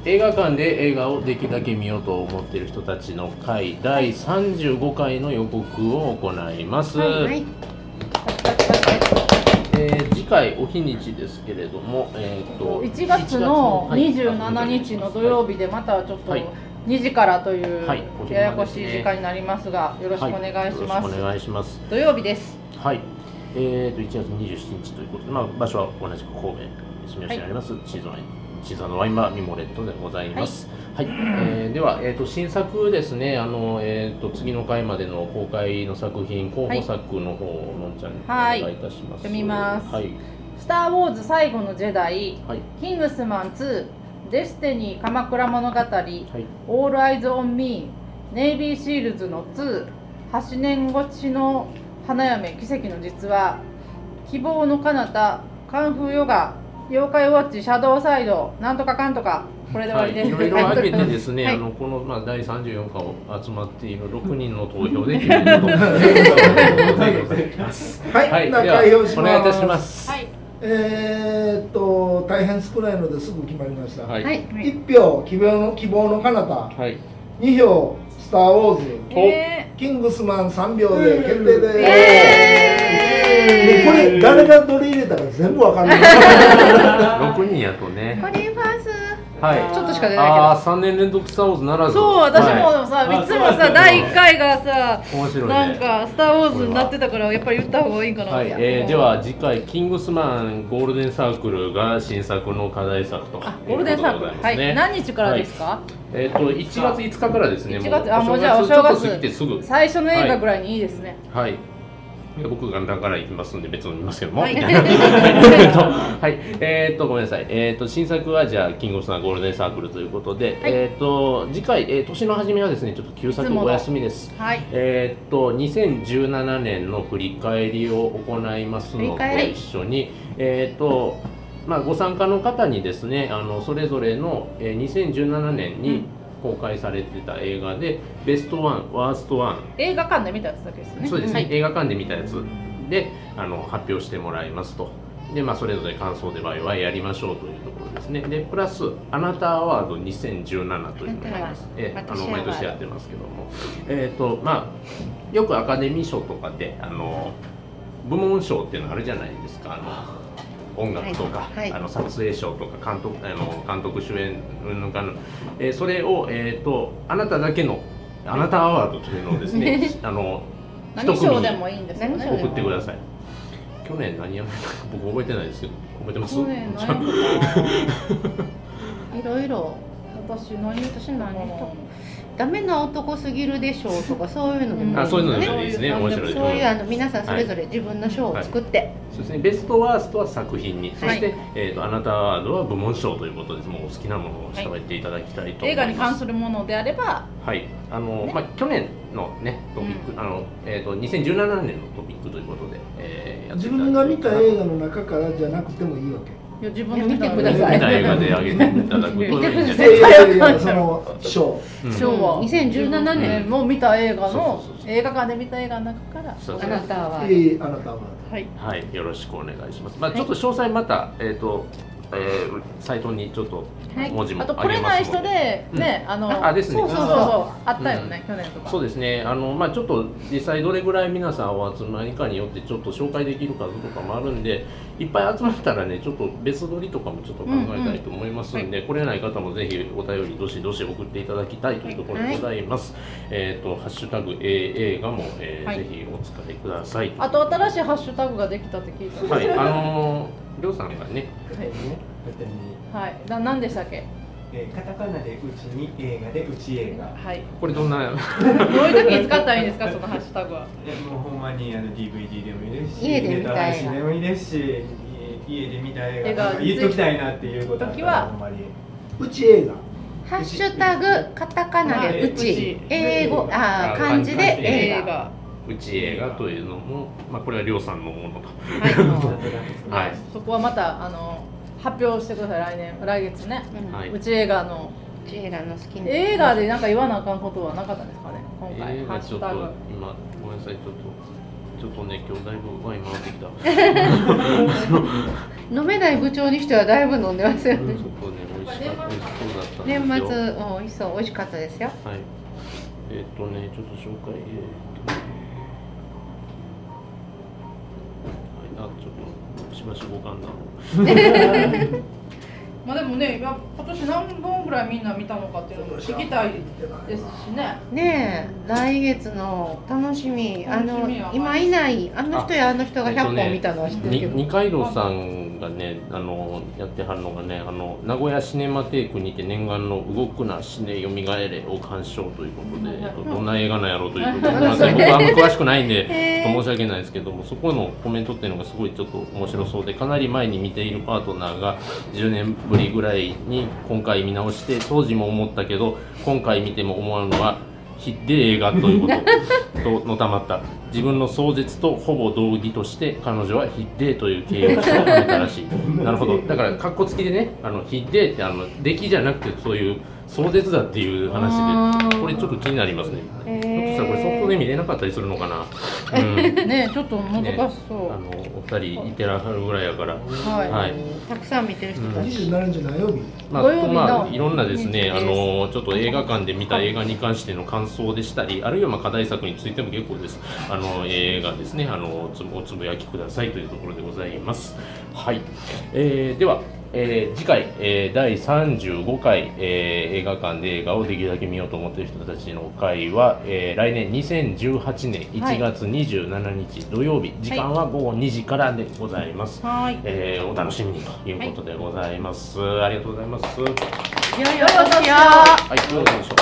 映画館で映画をできるだけ見ようと思っている人たちの会第35回の予告を行います。次回お日にちですけれども、 1月の27日の土曜日でまたちょっと2時からというややこしい時間になりますが、よろしくお願いします。 よろしくお願いします。 土曜日です。 はい。1月27日ということで、場所は同じく神戸住吉にあります、小さなワインバーミモレットでございます。はい。では、新作ですね、次の回までの公開の作品、候補作の方をのんちゃんにお願いいたします。 読みます。 はい。 スター・ウォーズ最後のジェダイ、キングスマン2、デスティニー鎌倉物語、オール・アイズ・オン・ミー、ネイビー・シールズの2、8年越しの花嫁奇跡の実話、希望の彼方、カンフーヨガ、妖怪ウォッチ、シャドウサイド、なんとかかんとか、これで終わりです。 いろいろ挙げてですね、この第34回を集まっている6人の投票で決めるということでございます。 はい、 ではお願いいたします。 大変少ないのですぐ決まりました。1票希望の彼方、2票スター・ウォーズ、キングスマン3票で決定です。これ誰がどれ入れたか全部わかんない。 6人やとね。 コリンファース。 ちょっとしか出ないけど。 3年連続スター・ウォーズならず。 そう、私もさ、いつもさ、第1回がさ、 面白いね、 なんかスター・ウォーズになってたから、やっぱり言った方がいいかな。 では次回キングスマンゴールデンサークルが新作の課題作と。 ゴールデンサークル。何日からですか ？1月5日からですね。 1月、もうじゃあお正月最初の映画ぐらいにいいですね。 はい。僕がだから行きますんで別に見ますけども。ごめんなさい。新作はじゃあキングスマンゴールデンサークルということで、次回年の初めはですねちょっと旧作お休みです。2017年の振り返りを行いますので一緒にご参加の方にですねそれぞれの2017年に公開されてた映画でベストワン、ワーストワン、 映画館で見たやつだけですね。 そうですね、映画館で見たやつで発表してもらいますと。でそれぞれ感想でワイワイやりましょうというところですね。でプラスあなたアワード2017というのがあります。毎年やってますけども、よくアカデミー賞とかで部門賞っていうのあるじゃないですか。音楽とか、撮影賞とか監督主演のそれを、あなただけのあなたアワードというのをですね何賞でもいいんですよね。 送ってください。去年何やめたか僕覚えてないですけど覚えてます？ 去年いろいろ私何ダメな男すぎるでしょうとかそういうのでもいいですね。 そういうのでもいいですね。面白い。 そういう皆さんそれぞれ自分の賞を作って、 そうですね。ベストワーストは作品に、そしてあなたワードは部門賞ということです。もうお好きなものを喋っていただきたいと思います。 映画に関するものであれば、 去年のねトピック2017年のトピックということで自分が見た映画の中からじゃなくてもいいわけ。 自分で見てください。 見た映画であげていただくといいんじゃないですか。その賞は2017年も見た映画の映画館で見た映画の中からあなたははいよろしくお願いします。ちょっと詳細またサイトにちょっと文字もありますので、 あと来れない人でね、 ですね、 そうあったよね、去年とか。 そうですね、ちょっと実際どれぐらい皆さんお集まりかによってちょっと紹介できる数とかもあるんで、いっぱい集まったらねちょっと別撮りとかもちょっと考えたいと思いますんで、来れない方もぜひお便りどしどし送っていただきたいというところでございます。ハッシュタグ映画もぜひお使いください。 あと新しいハッシュタグができたって聞いたんです。 りょうさんがね、 何でしたっけ？ カタカナでうちに映画でうち映画。 これどんなどういう時に使ったらいいんですかそのハッシュタグは？ もうほんまにDVD でもいいですし、 家で見た映画でもいいですし、家で見た映画言っときたいなっていうこと時はうち映画。 ハッシュタグカタカナでうち英語漢字で映画。 うち映画というのも、これはりょうさんのものと。 そこはまた発表してください。来月ね。うち映画の好きな映画でなんか言わなあかんことはなかったですかね今回。ハッシュタグ。 今ごめんなさいちょっとね今日だいぶワイン回ってきた。 飲めない部長にしてはだいぶ飲んでますよね。 ちょっとね美味しそうだったん年末、美味しそう、美味しかったですよ。 はい。ちょっと紹介。ちょっとしばしご勘談。 まあでもね、今年何本ぐらいみんな見たのかっていうのも聞きたいですしね。ねえ、来月の楽しみ、今いないあの人やあの人が100本見たのは知ってるけど。 二階堂さんがね、やってはるのがね、名古屋シネマテイクにて念願の動くなシネよみがえれを鑑賞ということで、どんな映画なんやろうということで、僕はあんま詳しくないんで、ちょっと申し訳ないですけども、そこのコメントっていうのがすごいちょっと面白そうで、かなり前に見ているパートナーが10年ぶりぐらいに今回見直して、当時も思ったけど今回見ても思うのはひでえ映画ということとのたまった。自分の壮絶とほぼ同義として彼女はひでえという形容詞をはめたらしい。なるほど。だからカッコつきでね、ひでえって出来じゃなくてそういう壮絶だっていう話で、これちょっと気になりますね。ひょっとしたらこれソフトで見れなかったりするのかな。 ね、ちょっと難しそう。 お二人いてらっしゃるぐらいやから、 はい。たくさん見てる人たち。 27日何曜日？ まあいろんなですね、ちょっと映画館で見た映画に関しての感想でしたり、あるいは課題作についても結構です。映画ですね、おつぶやきくださいというところでございます。はい。では。次回、第35回、映画館で映画をできるだけ見ようと思っている人たちの会は、来年2018年1月27日土曜日、時間は午後2時からでございます。はい。お楽しみにということでございます。ありがとうございます。 よいよいしよう。はい、 どうぞ。